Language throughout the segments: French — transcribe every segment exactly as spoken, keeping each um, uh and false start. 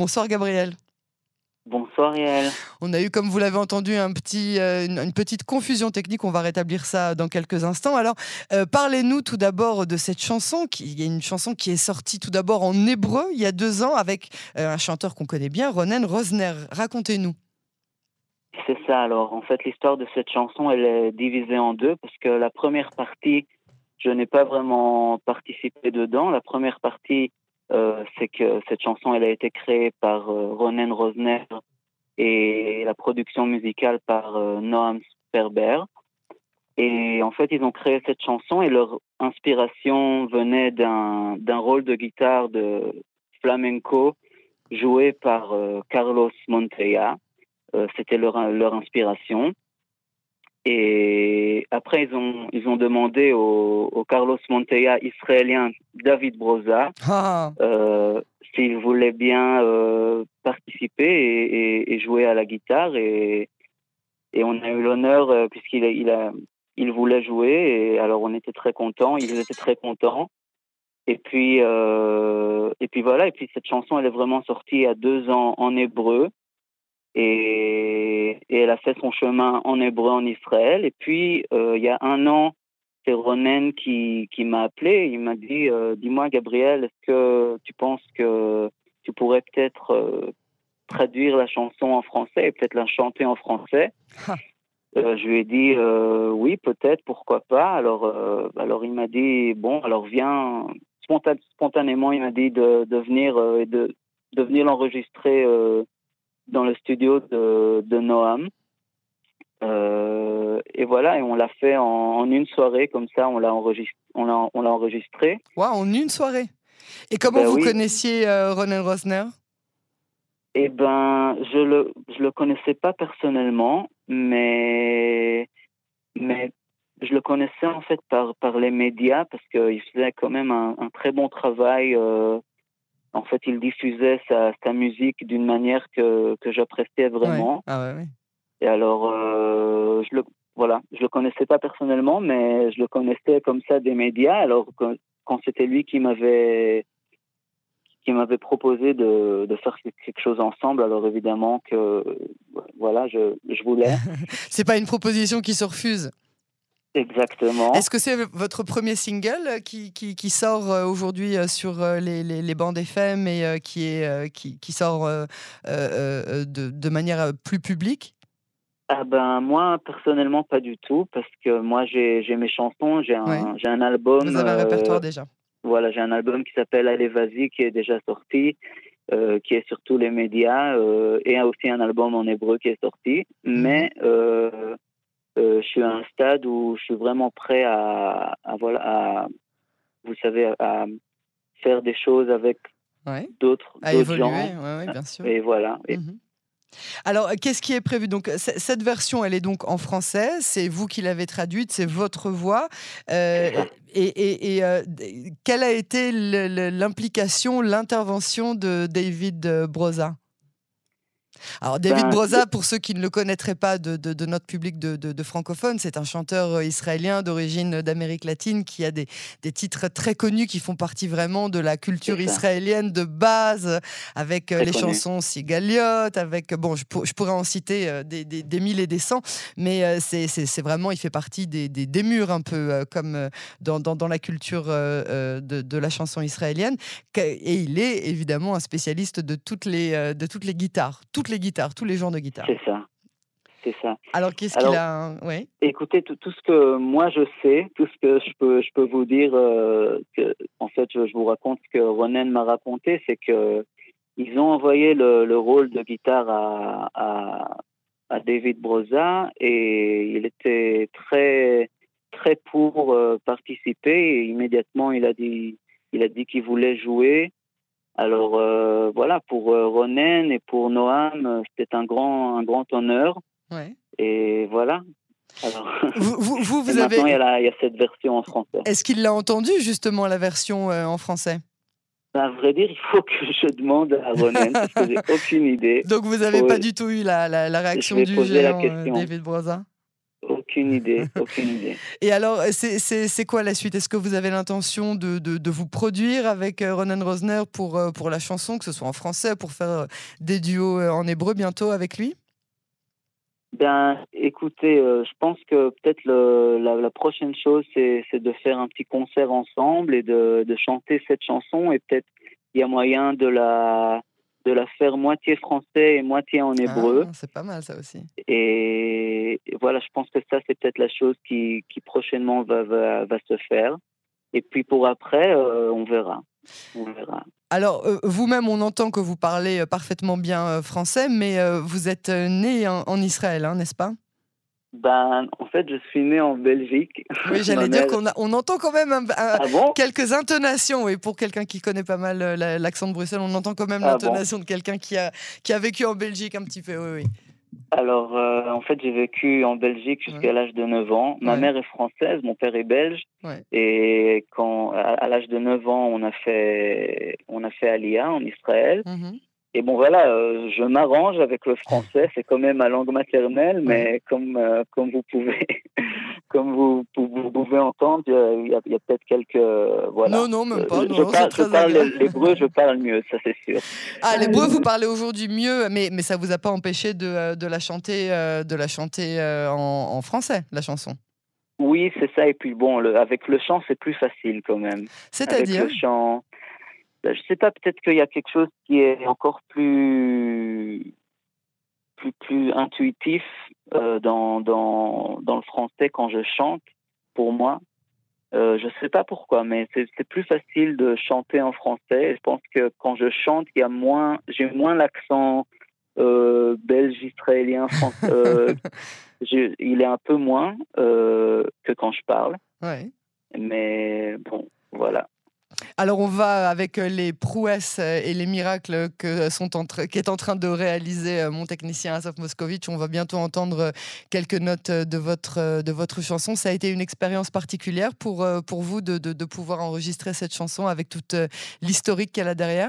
Bonsoir Gabriel. Bonsoir Yael. On a eu, comme vous l'avez entendu, un petit, euh, une, une petite confusion technique. On va rétablir ça dans quelques instants. Alors, euh, parlez-nous tout d'abord de cette chanson. Qui, il y a une chanson qui est sortie tout d'abord en hébreu il y a deux ans avec euh, un chanteur qu'on connaît bien, Ronen Rosner. Racontez-nous. C'est ça, alors en fait l'histoire de cette chanson elle est divisée en deux parce que la première partie, je n'ai pas vraiment participé dedans. La première partie, euh, c'est que cette chanson elle a été créée par euh, Ronen Rosner et la production musicale par euh, Noam Sperber. Et en fait ils ont créé cette chanson et leur inspiration venait d'un, d'un rôle de guitare de flamenco joué par euh, Carlos Monteya. Euh, c'était leur, leur inspiration. Et après, ils ont, ils ont demandé au, au Carlos Monteya israélien David Broza Ah. euh, s'il voulait bien euh, participer et, et, et jouer à la guitare. Et, et on a eu l'honneur, euh, puisqu'il a, il a, il voulait jouer. Et alors, on était très contents. Ils étaient très contents. Et puis, euh, et puis voilà. Et puis, cette chanson, elle est vraiment sortie il y a deux ans en hébreu. Et, et elle a fait son chemin en hébreu en Israël. Et puis, euh, il y a un an, c'est Ronen qui, qui m'a appelé. Il m'a dit, euh, dis-moi Gabriel, est-ce que tu penses que tu pourrais peut-être euh, traduire la chanson en français et peut-être la chanter en français? Ah. euh, Je lui ai dit, euh, oui, peut-être, pourquoi pas. Alors, euh, alors il m'a dit, bon, alors viens. Spontan- spontanément, il m'a dit de, de venir euh, et de, de venir l'enregistrer euh, dans le studio de, de Noam. Euh, et voilà, et on l'a fait en, en une soirée, comme ça, on l'a enregistré. On l'a, on l'a enregistré. Wow, en une soirée. Et comment Ben vous oui. connaissiez euh, Ronen Rosner? Eh ben, je le, je le connaissais pas personnellement, mais, mais je le connaissais en fait par, par les médias parce qu'il faisait quand même un, un très bon travail. Euh, en fait, il diffusait sa, sa musique d'une manière que, que j'appréciais vraiment. Ouais. Ah ouais, ouais. Et alors, euh, je le, voilà, je le connaissais pas personnellement, mais je le connaissais comme ça des médias. Alors, quand, quand c'était lui qui m'avait, qui m'avait proposé de, de faire quelque chose ensemble, alors évidemment que, voilà, je, je voulais. C'est pas une proposition qui se refuse. Exactement. Est-ce que c'est votre premier single qui, qui, qui sort aujourd'hui sur les, les, les bandes F M et qui, est, qui, qui sort euh, euh, de, de manière plus publique? Ah ben moi personnellement pas du tout parce que moi j'ai j'ai mes chansons, j'ai un Ouais. j'ai un album, Vous avez un euh, répertoire déjà. voilà, j'ai un album qui s'appelle Allez vas-y qui est déjà sorti, euh, qui est sur tous les médias euh, et aussi un album en hébreu qui est sorti. Mais Mm-hmm. euh, euh, je suis à un stade où je suis vraiment prêt à, à voilà à vous savez à faire des choses avec Ouais. d'autres À d'autres évoluer, gens ouais, ouais, bien sûr. et voilà. Et Mm-hmm. Alors, qu'est-ce qui est prévu? Donc, c- cette version, elle est donc en français. C'est vous qui l'avez traduite, c'est votre voix. Euh, c'est ça. et et, et euh, d- quelle a été le- le- l'implication, l'intervention de David euh, Broza? Alors, David Ben Broza, pour ceux qui ne le connaîtraient pas de, de- de notre public de, de, de francophones, c'est un chanteur euh, israélien d'origine d'Amérique latine qui a des, des titres très connus qui font partie vraiment de la culture c'est ça, israélienne de base, avec euh, très les connu. chansons Sigaliot, avec, bon, je, pour- je pourrais en citer euh, des, des, des mille et des cents, mais euh, c'est c'est- c'est vraiment, il fait partie des, des, des murs un peu euh, comme euh, dans, dans, dans la culture euh, euh, de, de la chanson israélienne. Que- Et il est évidemment un spécialiste de toutes les, euh, de toutes les guitares, toutes les guitares, tous les genres de guitares. C'est ça, c'est ça. Alors, qu'est-ce qu'il Alors, a... Ouais. écoutez, tout, tout ce que moi je sais, tout ce que je peux, je peux vous dire, euh, que, en fait, je, je vous raconte ce que Ronen m'a raconté, c'est que ils ont envoyé le, le rôle de guitare à, à, à David Broza et il était très, très pour euh, participer et immédiatement il a dit, il a dit qu'il voulait jouer. Alors euh, voilà, pour euh, Ronen et pour Noam, euh, c'était un grand, un grand honneur. Ouais. Et voilà. Alors, Vous, vous, vous, et vous maintenant, il y, a avez... la, il y a cette version en français. Est-ce qu'il l'a entendu, justement, la version euh, en français? À vrai dire, il faut que je demande à Ronen parce que j'ai aucune idée. Donc, vous Il n'avez faut, pas du tout eu la, la, la je réaction vais du poser la géant euh, question. David Broza? Ok, aucune idée, aucune idée. Et alors, c'est, c'est, c'est quoi la suite? Est-ce que vous avez l'intention de, de, de vous produire avec Ronen Rosner pour, pour la chanson, que ce soit en français, pour faire des duos en hébreu bientôt avec lui? Ben, écoutez, euh, je pense que peut-être le, la, la prochaine chose, c'est, c'est de faire un petit concert ensemble et de, de chanter cette chanson. Et peut-être il y a moyen de la, de la faire moitié français et moitié en hébreu. Ah, c'est pas mal ça aussi. Et, et voilà, je pense que ça, c'est peut-être la chose qui, qui prochainement va, va, va se faire. Et puis pour après, euh, on verra. On verra. Alors, euh, vous-même, on entend que vous parlez parfaitement bien euh, français, mais euh, vous êtes né en, en Israël, hein, n'est-ce pas? Ben, en fait, je suis né en Belgique. Oui, j'allais dire qu'on a, on entend quand même un, un, ah bon quelques intonations. Et pour quelqu'un qui connaît pas mal euh, la, l'accent de Bruxelles, on entend quand même ah l'intonation bon de quelqu'un qui a, qui a vécu en Belgique un petit peu. Oui, oui. Alors, euh, en fait, j'ai vécu en Belgique jusqu'à ouais. l'âge de neuf ans. Ma ouais. mère est française, mon père est belge. Ouais. Et quand, à, à l'âge de neuf ans, on a fait, on a fait Aliyah en Israël. Mm-hmm. Et bon, voilà, euh, je m'arrange avec le français. C'est quand même ma langue maternelle, mais ouais. comme, euh, comme vous pouvez, comme vous, vous pouvez entendre, il y a, il y a peut-être quelques, euh, voilà. Non, non, même pas. Je, non, je non, parle, je parle l'hébreu, je parle mieux, ça c'est sûr. Ah, l'hébreu, vous parlez aujourd'hui mieux, mais, mais ça vous a pas empêché de, de la chanter, de la chanter en, en français, la chanson? Oui, c'est ça. Et puis bon, le, avec le chant, c'est plus facile quand même. C'est-à-dire? Avec le chant, je sais pas, peut-être qu'il y a quelque chose qui est encore plus, plus, plus intuitif euh, dans, dans, dans le français quand je chante, pour moi. Euh, je sais pas pourquoi, mais c'est, c'est plus facile de chanter en français. Je pense que quand je chante, il y a moins, j'ai moins l'accent euh, belge, israélien, français. euh, je, il est un peu moins euh, que quand je parle. Ouais. Mais bon, voilà. Alors on va avec les prouesses et les miracles que sont en tra- qu'est en train de réaliser mon technicien Asaf Moscovitch. On va bientôt entendre quelques notes de votre, de votre chanson. Ça a été une expérience particulière pour, pour vous de, de, de pouvoir enregistrer cette chanson avec toute l'historique qu'elle a derrière?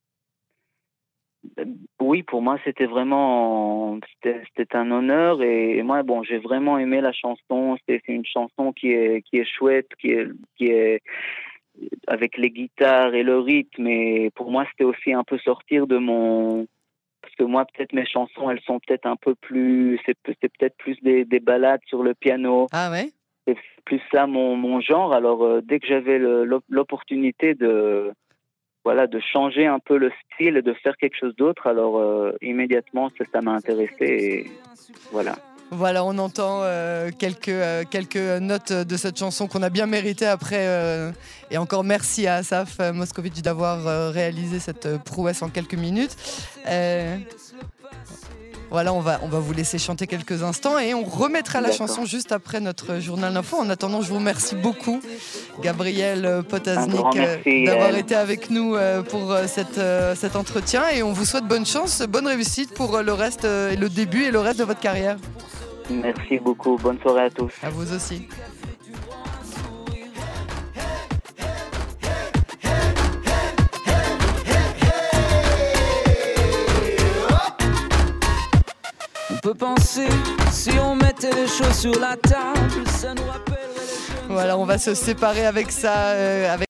Oui, pour moi c'était vraiment c'était, c'était un honneur et, et moi bon j'ai vraiment aimé la chanson. C'est, c'est une chanson qui est qui est chouette, qui est qui est avec les guitares et le rythme, et pour moi c'était aussi un peu sortir de mon, parce que moi peut-être mes chansons elles sont peut-être un peu plus, c'est, c'est peut-être plus des, des ballades sur le piano. Ah ouais. C'est plus ça mon, mon genre. Alors euh, dès que j'avais le, l'opportunité de voilà de changer un peu le style et de faire quelque chose d'autre, alors euh, immédiatement ça, ça m'a intéressé et voilà. Voilà, on entend euh, quelques, euh, quelques notes de cette chanson qu'on a bien méritée après. Euh, et encore merci à Asaf Moscovitch d'avoir euh, réalisé cette prouesse en quelques minutes. Euh, voilà, on va, on va vous laisser chanter quelques instants et on remettra la D'accord. chanson juste après notre journal d'info. En attendant, je vous remercie beaucoup, Gabriel Potaznik, merci, d'avoir euh... été avec nous pour cette, cet entretien. Et on vous souhaite bonne chance, bonne réussite pour le reste, le début et le reste de votre carrière. Merci beaucoup. Bonne soirée à tous. À vous aussi. On peut penser, si on mettait les choses sur la table, ça nous rappellerait les... Voilà, on va se séparer avec ça. Euh, avec